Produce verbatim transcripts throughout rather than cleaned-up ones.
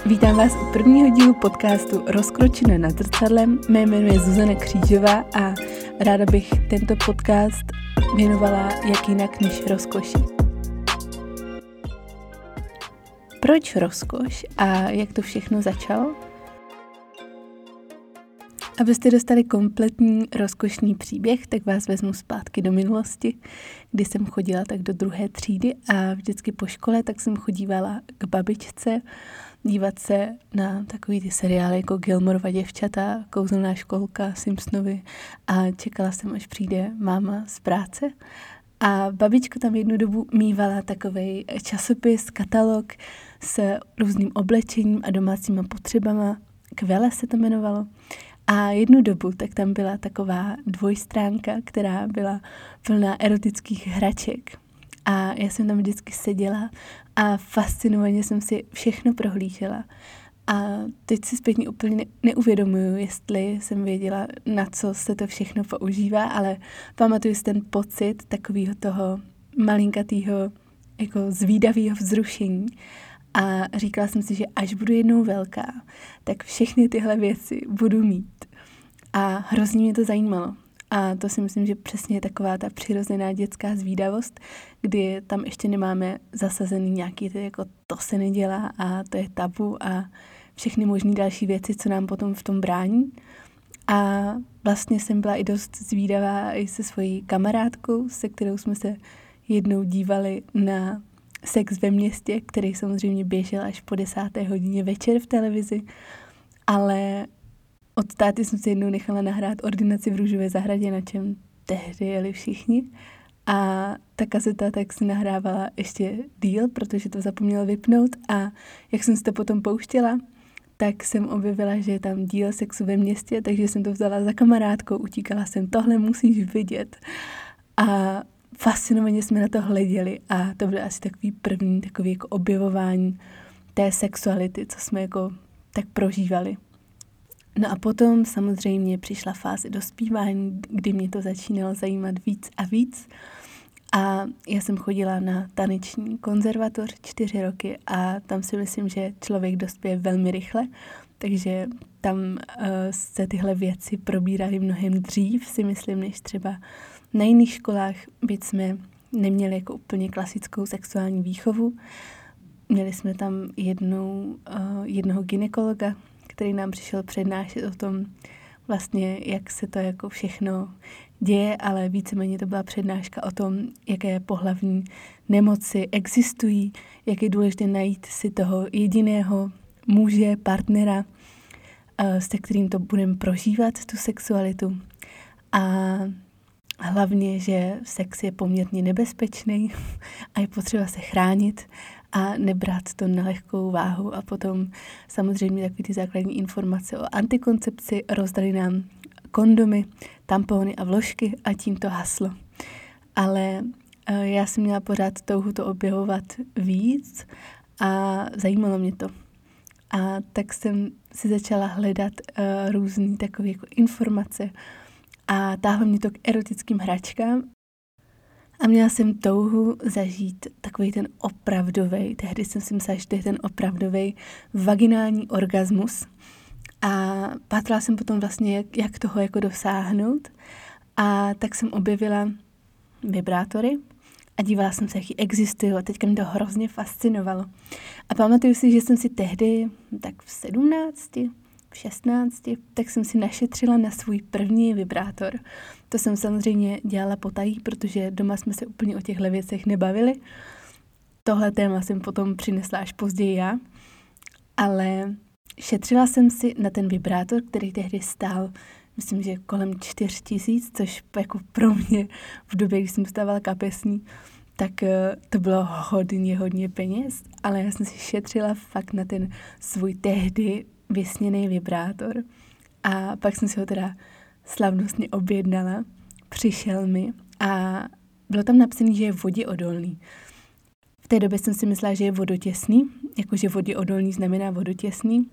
Vítám vás u prvního dílu podcastu Rozkročené nad zrcadlem. Mé jméno je Zuzana Křížová a ráda bych tento podcast věnovala jak jinak než rozkoši. Proč rozkoš a jak to všechno začalo? Abyste dostali kompletní rozkošný příběh, tak vás vezmu zpátky do minulosti, kdy jsem chodila tak do druhé třídy a vždycky po škole tak jsem chodívala k babičce dívat se na takový ty seriály jako Gilmorova děvčata, Kouzelná školka, Simpsonovi a čekala jsem, až přijde máma z práce. A babička tam jednu dobu mívala takovej časopis, katalog s různým oblečením a domácíma potřebama. Kvele se to jmenovalo. A jednu dobu tak tam byla taková dvojstránka, která byla plná erotických hraček. A já jsem tam vždycky seděla a fascinovaně jsem si všechno prohlížela. A teď si zpětně úplně neuvědomuju, jestli jsem věděla, na co se to všechno používá, ale pamatuju si ten pocit takového toho malinkatého, jako zvídavého vzrušení. A říkala jsem si, že až budu jednou velká, tak všechny tyhle věci budu mít. A hrozně mě to zajímalo. A to si myslím, že přesně je taková ta přirozená dětská zvídavost, kdy tam ještě nemáme zasazený nějaký ty, jako to se nedělá a to je tabu a všechny možný další věci, co nám potom v tom brání. A vlastně jsem byla i dost zvídavá i se svojí kamarádkou, se kterou jsme se jednou dívali na Sex ve městě, který samozřejmě běžel až po desáté hodině večer v televizi, ale od táty jsem si jednou nechala nahrát Ordinaci v růžové zahradě, na čem tehdy jeli všichni. A ta kazeta tak si nahrávala ještě díl, protože to zapomněla vypnout a jak jsem si to potom pouštěla, tak jsem objevila, že je tam díl Sexu ve městě, takže jsem to vzala za kamarádkou, utíkala jsem, tohle musíš vidět. A fascinovaně jsme na to hleděli a to bylo asi takový první takový jako objevování té sexuality, co jsme jako tak prožívali. No a potom samozřejmě přišla fáze dospívání, kdy mě to začínalo zajímat víc a víc. A já jsem chodila na taneční konzervatoř čtyři roky a tam si myslím, že člověk dospěje velmi rychle, takže tam uh, se tyhle věci probíraly mnohem dřív, si myslím, než třeba na jiných školách, byť jsme neměli jako úplně klasickou sexuální výchovu. Měli jsme tam jednou, uh, jednoho gynekologa, který nám přišel přednášet o tom vlastně, jak se to jako všechno děje, ale víceméně to byla přednáška o tom, jaké pohlavní nemoci existují, jak je důležité najít si toho jediného muže, partnera, uh, se kterým to budeme prožívat, tu sexualitu. A hlavně, že sex je poměrně nebezpečný a je potřeba se chránit a nebrat to na lehkou váhu. A potom samozřejmě takové ty základní informace o antikoncepci, rozdali nám kondomy, tampony a vložky a tím to haslo. Ale uh, já jsem měla pořád touhu to objevovat víc a zajímalo mě to. A tak jsem si začala hledat uh, různé takové jako informace a táhlo mě to k erotickým hračkám. A měla jsem touhu zažít takový ten opravdovej, tehdy jsem si myslela, že to je ten opravdovej vaginální orgasmus. A pátrala jsem potom vlastně, jak, jak toho jako dosáhnout. A tak jsem objevila vibrátory a dívala jsem se, jaký existují a teďka mě to hrozně fascinovalo. A pamatuju si, že jsem si tehdy, tak v sedmnácti, v šestnácti, tak jsem si našetřila na svůj první vibrátor. To jsem samozřejmě dělala potají, protože doma jsme se úplně o těchto věcech nebavili. Tohle téma jsem potom přinesla až později já. Ale šetřila jsem si na ten vibrátor, který tehdy stál, myslím, že kolem čtyři tisíc, což jako pro mě v době, když jsem stávala kapesní, tak to bylo hodně, hodně peněz. Ale já jsem si šetřila fakt na ten svůj tehdy vysněný vibrátor. A pak jsem si ho teda slavnostně objednala, přišel mi a bylo tam napsané, že je voděodolný. V té době jsem si myslela, že je vodotěsný, jakože voděodolný znamená vodotěsný.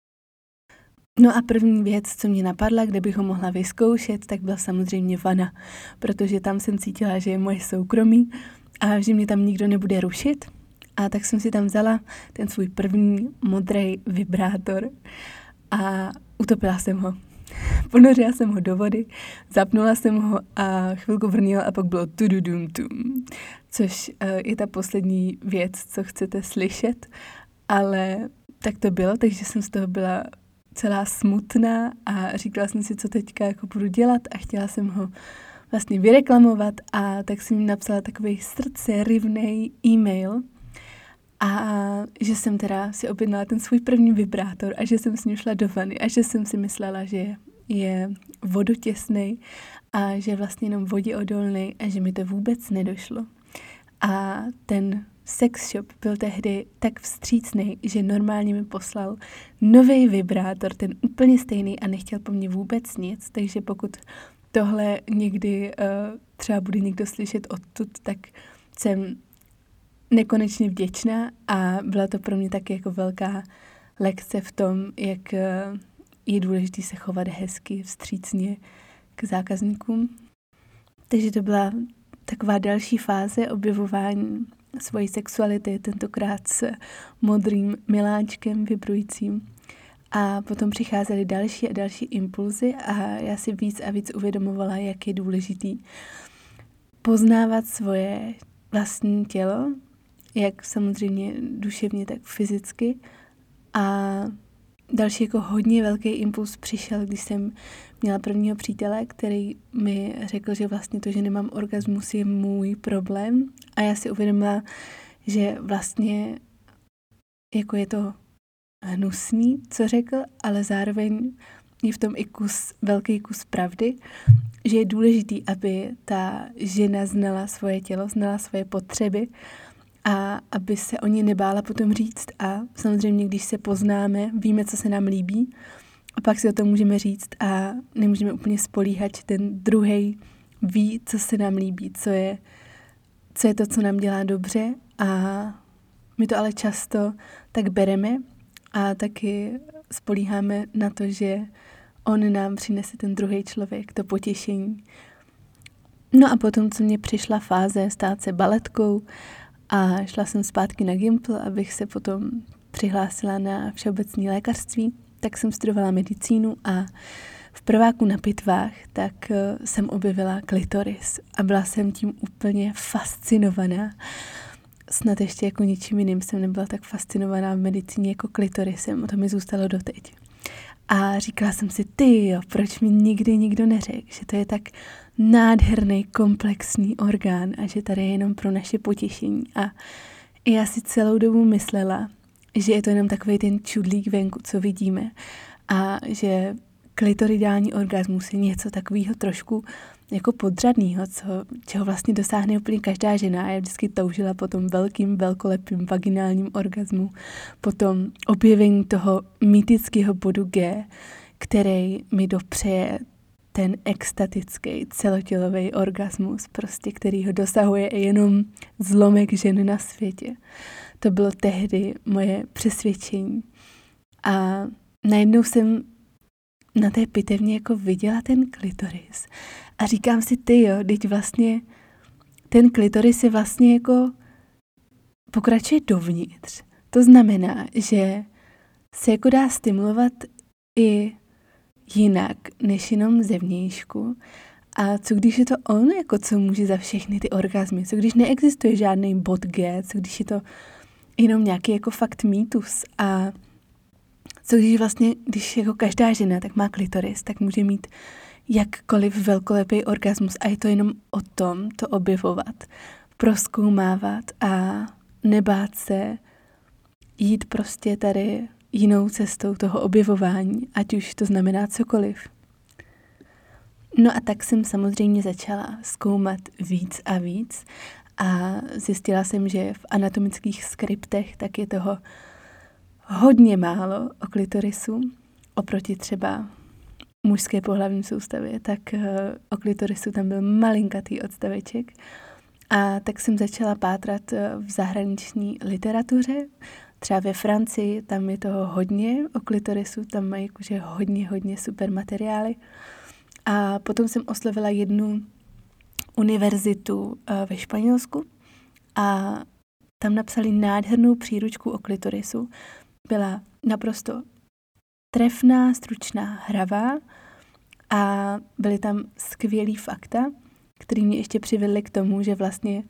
No a první věc, co mě napadla, kde bych ho mohla vyzkoušet, tak byla samozřejmě vana, protože tam jsem cítila, že je moje soukromí a že mě tam nikdo nebude rušit. A tak jsem si tam vzala ten svůj první modrý vibrátor a utopila jsem ho. Ponořila jsem ho do vody, zapnula jsem ho a chvilku vrnila a pak bylo tududum tum, což je ta poslední věc, co chcete slyšet, ale tak to bylo, takže jsem z toho byla celá smutná a říkala jsem si, co teďka jako budu dělat a chtěla jsem ho vlastně vyreklamovat a tak jsem jim napsala takový srdce rivnej e-mail a že jsem teda si objednala ten svůj první vibrátor a že jsem s ním šla do vany a že jsem si myslela, že je vodotěsnej a že vlastně jenom voděodolnej a že mi to vůbec nedošlo. A ten sex shop byl tehdy tak vstřícnej, že normálně mi poslal nový vibrátor, ten úplně stejný a nechtěl po mně vůbec nic, takže pokud tohle někdy uh, třeba bude někdo slyšet odtud, tak jsem nekonečně vděčná a byla to pro mě taky jako velká lekce v tom, jak uh, je důležité se chovat hezky, vstřícně k zákazníkům. Takže to byla taková další fáze objevování svojí sexuality, tentokrát s modrým miláčkem vibrujícím. A potom přicházely další a další impulzy a já si víc a víc uvědomovala, jak je důležitý poznávat svoje vlastní tělo, jak samozřejmě duševně, tak fyzicky. A další jako hodně velký impuls přišel, když jsem měla prvního přítele, který mi řekl, že vlastně to, že nemám orgasmus, je můj problém. A já si uvědomila, že vlastně jako je to hnusný, co řekl, ale zároveň je v tom i kus, velký kus pravdy, že je důležitý, aby ta žena znala svoje tělo, znala svoje potřeby a aby se o ně nebála potom říct. A samozřejmě, když se poznáme, víme, co se nám líbí a pak si o tom můžeme říct a nemůžeme úplně spolíhat, že ten druhej ví, co se nám líbí, co je, co je to, co nám dělá dobře a my to ale často tak bereme a taky spolíháme na to, že on nám přinese ten druhý člověk, to potěšení. No a potom, co mě přišla fáze stát se baletkou a šla jsem zpátky na Gimpl, abych se potom přihlásila na všeobecné lékařství, tak jsem studovala medicínu a v prváku na pitvách tak jsem objevila klitoris a byla jsem tím úplně fascinovaná. Snad ještě jako ničím jiným jsem nebyla tak fascinovaná v medicíně jako klitorisem, to mi zůstalo doteď. A říkala jsem si, ty jo, proč mi nikdy nikdo neřekl, že to je tak nádherný, komplexní orgán a že tady je jenom pro naše potěšení. A já si celou dobu myslela, že je to jenom takový ten čudlík venku, co vidíme a že klitoridální orgasmus je něco takového trošku jako podřadného, co, čeho vlastně dosáhne úplně každá žena. Já vždycky toužila po tom velkým, velkolepým vaginálním orgasmu, po tom objevení toho mýtického bodu G, který mi dopřeje ten extatický celotělový orgasmus, prostě, který ho dosahuje jenom zlomek žen na světě. To bylo tehdy moje přesvědčení. A najednou jsem na té pitevně jako viděla ten klitoris a říkám si, ty jo, teď vlastně ten klitoris je vlastně jako pokračuje dovnitř. To znamená, že se jako dá stimulovat i jinak, než jenom zevnějšku. A co když je to on, jako co může za všechny ty orgasmy? Co když neexistuje žádný bod G? Co když je to jenom nějaký jako fakt mýtus? A co když vlastně, když jako každá žena tak má klitoris, tak může mít jakkoliv velkolepý orgasmus a je to jenom o tom to objevovat, prozkoumávat a nebát se jít prostě tady jinou cestou toho objevování, ať už to znamená cokoliv. No a tak jsem samozřejmě začala zkoumat víc a víc a zjistila jsem, že v anatomických skriptech tak je toho hodně málo o klitorisu, oproti třeba mužské pohlavní soustavě, tak o klitorisu tam byl malinkatý odstaveček. A tak jsem začala pátrat v zahraniční literatuře, třeba ve Francii, tam je toho hodně o klitorisu, tam mají jakože hodně, hodně super materiály. A potom jsem oslovila jednu univerzitu ve Španělsku a tam napsali nádhernou příručku o klitorisu. Byla naprosto trefná, stručná, hravá a byly tam skvělý fakta, který mě ještě přivedly k tomu, že vlastně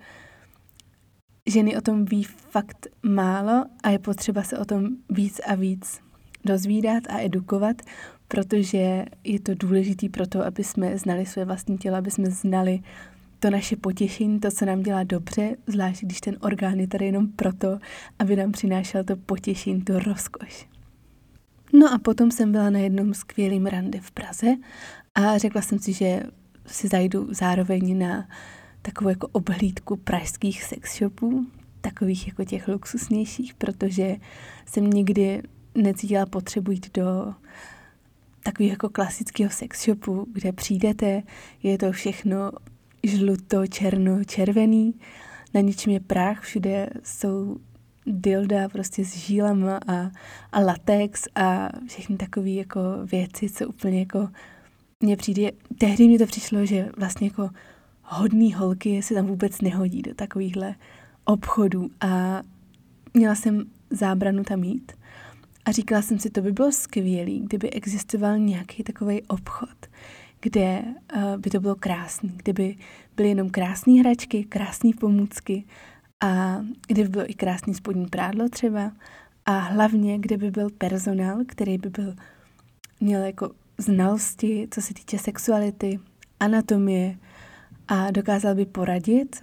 ženy o tom ví fakt málo a je potřeba se o tom víc a víc dozvídat a edukovat, protože je to důležité pro to, aby jsme znali své vlastní tělo, aby jsme znali to naše potěšení, to, co nám dělá dobře, zvlášť když ten orgán je tady jenom proto, aby nám přinášel to potěšení, tu rozkoš. No a potom jsem byla na jednom skvělém rande v Praze a řekla jsem si, že si zajdu zároveň na takovou jako obhlídku pražských sex shopů, takových jako těch luxusnějších, protože jsem nikdy necítila potřebu jít do takového jako klasického sex shopu, kde přijdete, je to všechno žluto, černo, červený, na ničem je prach, všude jsou dilda prostě s žílama a, a latex a všechny takové jako věci, co úplně jako mně přijde, tehdy mi to přišlo, že vlastně jako hodný holky se tam vůbec nehodí do takovýchhle obchodů a měla jsem zábranu tam jít a říkala jsem si, to by bylo skvělý, kdyby existoval nějaký takový obchod, kde uh, by to bylo krásný, kdyby byly jenom krásné hračky, krásné pomůcky a kdyby bylo i krásný spodní prádlo třeba a hlavně, kde by byl personál, který by byl, měl jako znalosti, co se týče sexuality, anatomie a dokázal by poradit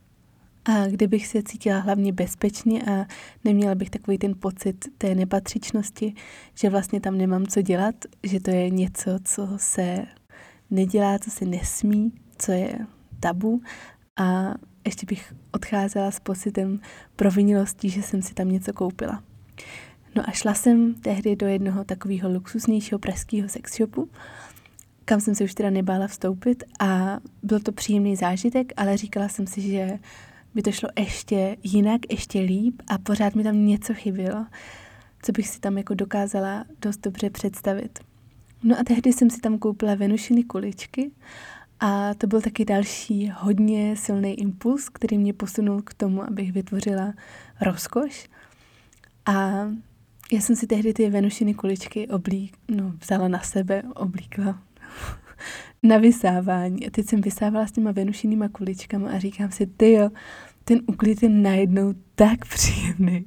a kdybych se cítila hlavně bezpečně a neměla bych takový ten pocit té nepatřičnosti, že vlastně tam nemám co dělat, že to je něco, co se nedělá, co se nesmí, co je tabu a ještě bych odcházela s pocitem provinilostí, že jsem si tam něco koupila. No a šla jsem tehdy do jednoho takového luxusnějšího pražského sex shopu, kam jsem se už teda nebála vstoupit a byl to příjemný zážitek, ale říkala jsem si, že by to šlo ještě jinak, ještě líp a pořád mi tam něco chybělo, co bych si tam jako dokázala dost dobře představit. No a tehdy jsem si tam koupila Venušiny kuličky a to byl taky další hodně silný impuls, který mě posunul k tomu, abych vytvořila rozkoš. A já jsem si tehdy ty Venušiny kuličky oblík, no, vzala na sebe, oblíkla na vysávání. A teď jsem vysávala s těma Venušinýma kuličkama a říkám si, tyjo, ten úklid je najednou tak příjemný.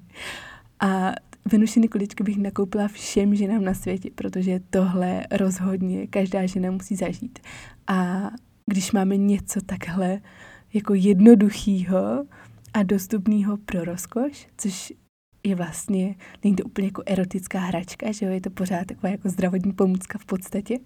A Venušiny kuličky bych nakoupila všem ženám na světě, protože tohle rozhodně každá žena musí zažít. A když máme něco takhle jako jednoduchýho a dostupného pro rozkoš, což je vlastně, není to úplně jako erotická hračka, že jo, je to pořád taková jako zdravotní pomůcka v podstatě,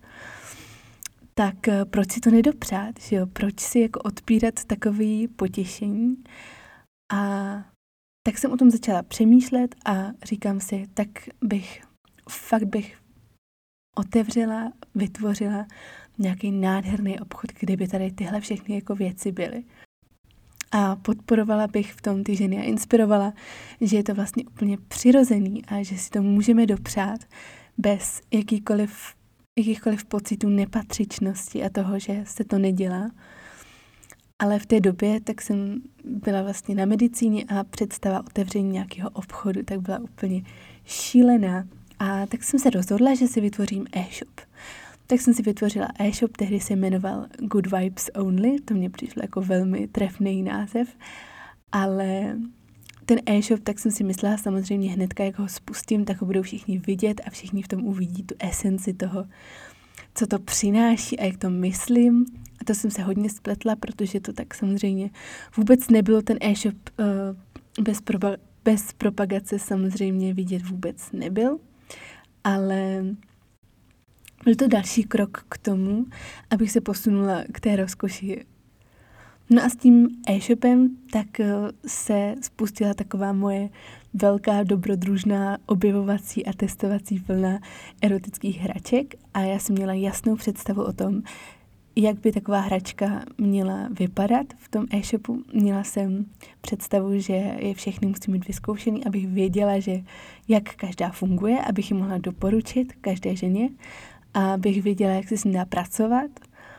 tak proč si to nedopřát, že jo, proč si jako odpírat takový potěšení. A tak jsem o tom začala přemýšlet a říkám si, tak bych, fakt bych otevřela, vytvořila nějaký nádherný obchod, kde by tady tyhle všechny jako věci byly. A podporovala bych v tom ty ženy a inspirovala, že je to vlastně úplně přirozený a že si to můžeme dopřát bez jakýkoliv, jakýchkoliv pocitů nepatřičnosti a toho, že se to nedělá. Ale v té době tak jsem byla vlastně na medicíně a představa otevření nějakého obchodu tak byla úplně šílená. A tak jsem se rozhodla, že si vytvořím e-shop. Tak jsem si vytvořila e-shop, tehdy se jmenoval Good Vibes Only, to mě přišlo jako velmi trefný název, ale ten e-shop, tak jsem si myslela samozřejmě hnedka, jak ho spustím, tak ho budou všichni vidět a všichni v tom uvidí tu esenci toho, co to přináší a jak to myslím. A to jsem se hodně spletla, protože to tak samozřejmě vůbec nebylo ten e-shop uh, bez, proba- bez propagace samozřejmě vidět vůbec nebyl, ale byl to další krok k tomu, abych se posunula k té rozkoši. No a s tím e-shopem tak se spustila taková moje velká dobrodružná objevovací a testovací vlna erotických hraček a já jsem měla jasnou představu o tom, jak by taková hračka měla vypadat v tom e-shopu. Měla jsem představu, že je všechny musí mít vyzkoušený, abych věděla, že jak každá funguje, abych ji mohla doporučit každé ženě a abych věděla, jak se s ní dá pracovat.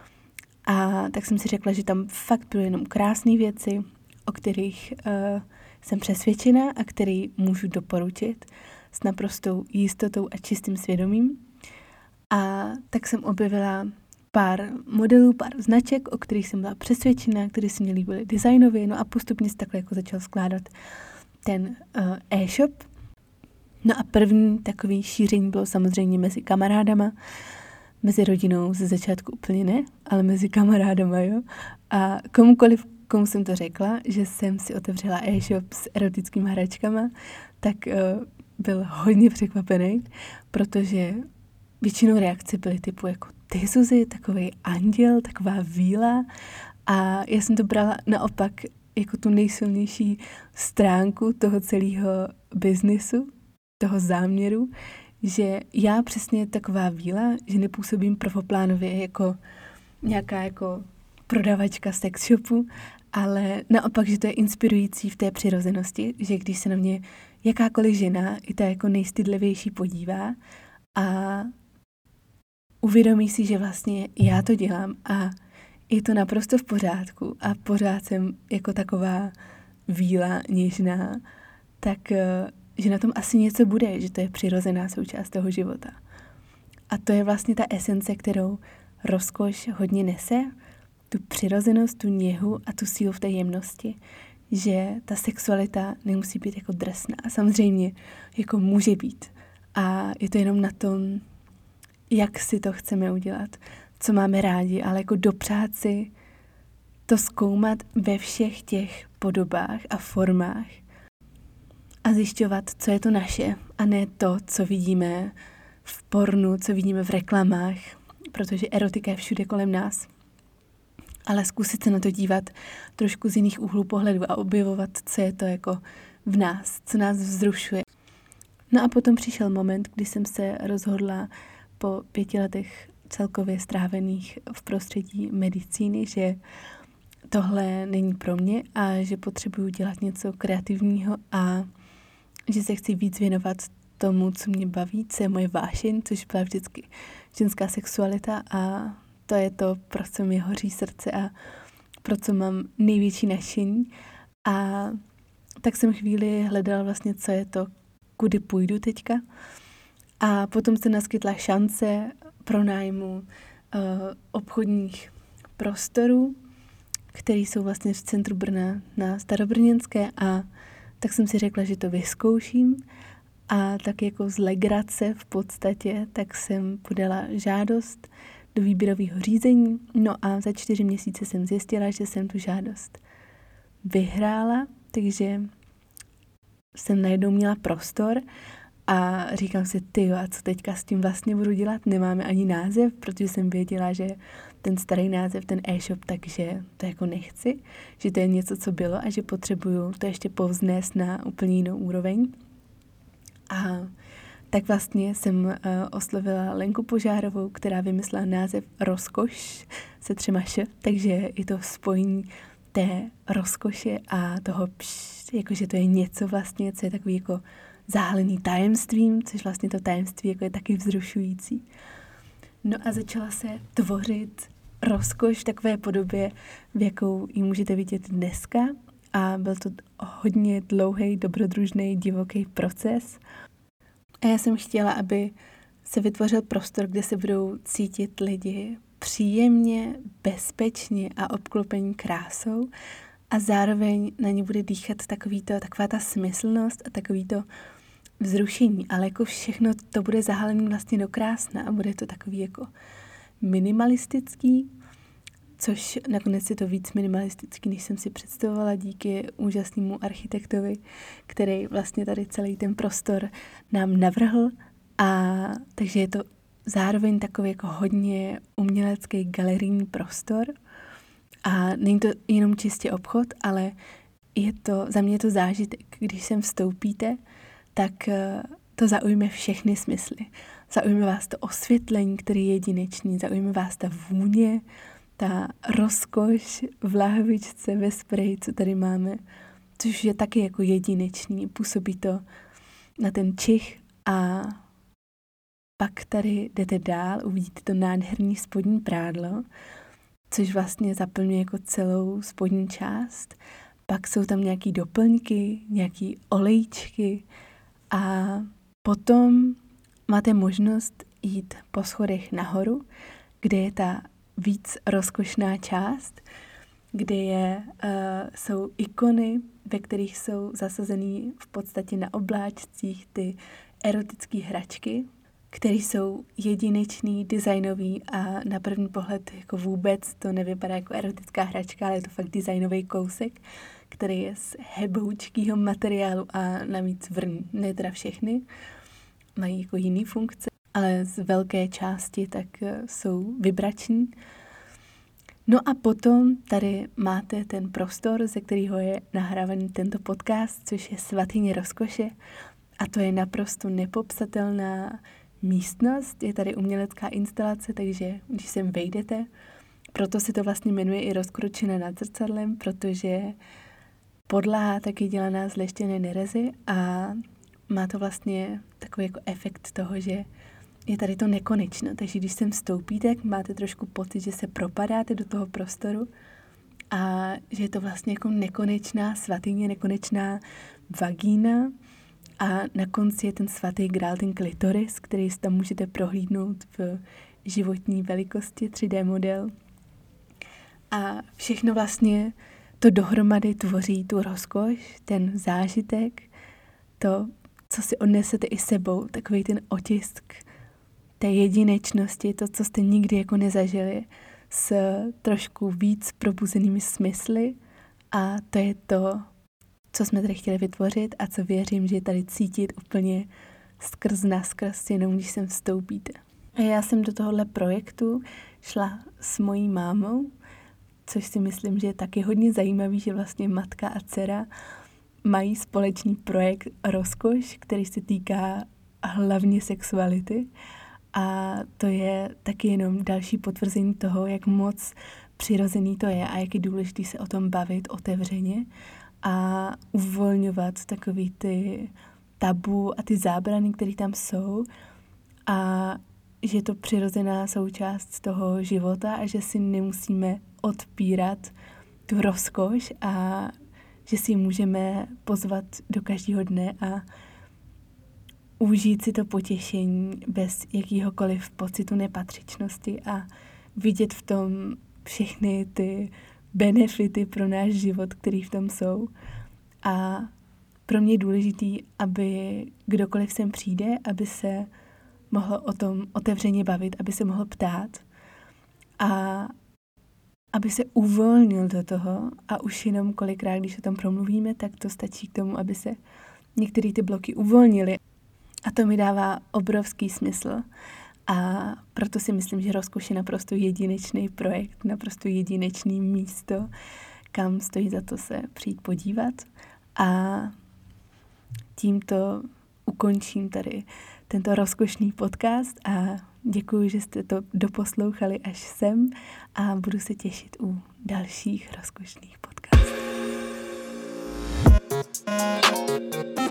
A tak jsem si řekla, že tam fakt byly jenom krásné věci, o kterých uh, jsem přesvědčená a který můžu doporučit s naprostou jistotou a čistým svědomím. A tak jsem objevila pár modelů, pár značek, o kterých jsem byla přesvědčená, které se mi líbily designově, no a postupně se takhle jako začal skládat ten uh, e-shop. No a první takový šíření bylo samozřejmě mezi kamarádama, mezi rodinou ze začátku úplně ne, ale mezi kamarádama, jo. A komukoliv, komu jsem to řekla, že jsem si otevřela e-shop s erotickými hračkama, tak uh, byl hodně překvapený, protože většinou reakce byly typu jako ty, Zuzi, takovej anděl, taková víla, a já jsem to brala naopak jako tu nejsilnější stránku toho celého biznisu, toho záměru, že já přesně taková víla, že nepůsobím prvoplánově jako nějaká jako prodavačka sex shopu, ale naopak, že to je inspirující v té přirozenosti, že když se na mě jakákoliv žena, i ta jako nejstydlivější, podívá a uvědomí si, že vlastně já to dělám a je to naprosto v pořádku a pořád jsem jako taková víla, něžná, tak že na tom asi něco bude, že to je přirozená součást toho života. A to je vlastně ta esence, kterou rozkoš hodně nese, tu přirozenost, tu něhu a tu sílu v té jemnosti, že ta sexualita nemusí být jako drsná. Samozřejmě jako může být. A je to jenom na tom, jak si to chceme udělat, co máme rádi, ale jako dopřát si to zkoumat ve všech těch podobách a formách a zjišťovat, co je to naše a ne to, co vidíme v pornu, co vidíme v reklamách, protože erotika je všude kolem nás. Ale zkusit se na to dívat trošku z jiných úhlů pohledu a objevovat, co je to jako v nás, co nás vzrušuje. No a potom přišel moment, kdy jsem se rozhodla po pěti letech celkově strávených v prostředí medicíny, že tohle není pro mě a že potřebuju dělat něco kreativního a že se chci víc věnovat tomu, co mě baví, co je moje vášeň, což byla vždycky ženská sexualita a to je to, pro co mi hoří srdce a pro co mám největší nadšení. A tak jsem chvíli hledala vlastně, co je to, kudy půjdu teďka. A potom se naskytla šance pronájmu uh, obchodních prostorů, které jsou vlastně v centru Brna na Starobrněnské, a tak jsem si řekla, že to vyzkouším. A tak jako z legrace v podstatě, tak jsem podala žádost do výběrového řízení. No a za čtyři měsíce jsem zjistila, že jsem tu žádost vyhrála, takže jsem najednou měla prostor a říkám si, tyjo, a co teďka s tím vlastně budu dělat? Nemáme ani název, protože jsem věděla, že ten starý název, ten e-shop, takže to jako nechci, že to je něco, co bylo a že potřebuju to ještě povznést na úplně jinou úroveň. A tak vlastně jsem uh, oslovila Lenku Požárovou, která vymyslela název Rozkoš se třema š, takže je to spojení té rozkoše a toho pš, jakože to je něco vlastně, co je takový jako záhalený tajemstvím, což vlastně to tajemství jako je taky vzrušující. No a začala se tvořit rozkoš v takové podobě, v jakou ji můžete vidět dneska, a byl to hodně dlouhý, dobrodružný, divoký proces. A já jsem chtěla, aby se vytvořil prostor, kde se budou cítit lidi příjemně, bezpečně a obklopení krásou a zároveň na ně bude dýchat takový to, taková ta smyslnost a takový to vzrušení, ale jako všechno to bude zahalené vlastně do krásna a bude to takový jako minimalistický, což nakonec je to víc minimalistický, než jsem si představovala díky úžasnému architektovi, který vlastně tady celý ten prostor nám navrhl, a takže je to zároveň takový jako hodně umělecký galerijní prostor a není to jenom čistě obchod, ale je to, za mě je to zážitek, když sem vstoupíte, tak to zaujme všechny smysly. Zaujme vás to osvětlení, který je jedinečný, zaujme vás ta vůně, ta rozkoš v lahvičce ve spreji, co tady máme, což je taky jako jedinečný, působí to na ten čich. A pak tady jdete dál, uvidíte to nádherný spodní prádlo, což vlastně zaplňuje jako celou spodní část. pak jsou tam nějaký doplňky, nějaký olejčky a potom máte možnost jít po schodech nahoru, kde je ta víc rozkošná část, kde je, uh, jsou ikony, ve kterých jsou zasazený v podstatě na obláčcích ty erotické hračky, které jsou jedinečný, designový a na první pohled jako vůbec to nevypadá jako erotická hračka, ale je to fakt designový kousek, který je z heboučkého materiálu a navíc vrní. Ne teda všechny, mají jako jiný funkce, ale z velké části tak jsou vibrační. No a potom tady máte ten prostor, ze kterého je nahrávaný tento podcast, což je Svatyně rozkoše. A to je naprosto nepopsatelná místnost. Je tady umělecká instalace, takže když sem vejdete, proto se to vlastně jmenuje i Rozkročena nad zrcadlem, protože podlaha taky dělaná z leštěné nerezy a má to vlastně takový jako efekt toho, že je tady to nekonečno, takže když sem vstoupíte, máte trošku pocit, že se propadáte do toho prostoru a že je to vlastně jako nekonečná svatyně, nekonečná vagína a na konci je ten svatý grál, ten klitoris, který si tam můžete prohlídnout v životní velikosti, tři dé model. A všechno vlastně to dohromady tvoří tu rozkoš, ten zážitek, to, co si odnesete i sebou, takový ten otisk té jedinečnosti, to, co jste nikdy jako nezažili, s trošku víc probuzenými smysly a to je to, co jsme tady chtěli vytvořit a co věřím, že je tady cítit úplně skrz naskrz, jenom když sem vstoupíte. A já jsem do tohohle projektu šla s mojí mámou, což si myslím, že je taky hodně zajímavý, že vlastně matka a dcera mají společný projekt Rozkoš, který se týká hlavně sexuality. A to je taky jenom další potvrzení toho, jak moc přirozený to je a jak je důležité se o tom bavit otevřeně a uvolňovat takový ty tabu a ty zábrany, které tam jsou a že je to přirozená součást toho života a že si nemusíme odpírat tu rozkoš a že si ji můžeme pozvat do každého dne a užít si to potěšení bez jakýhokoliv pocitu nepatřičnosti a vidět v tom všechny ty benefity pro náš život, který v tom jsou. A pro mě je důležitý, aby kdokoliv sem přijde, aby se mohl o tom otevřeně bavit, aby se mohl ptát a aby se uvolnil do toho a už jenom kolikrát, když o tom promluvíme, tak to stačí k tomu, aby se některé ty bloky uvolnily. A to mi dává obrovský smysl a proto si myslím, že Rozkoš je naprosto jedinečný projekt, naprosto jedinečný místo, kam stojí za to se přijít podívat. A tímto ukončím tady tento rozkošný podcast a děkuji, že jste to doposlouchali až sem a budu se těšit u dalších rozkošných podcastů.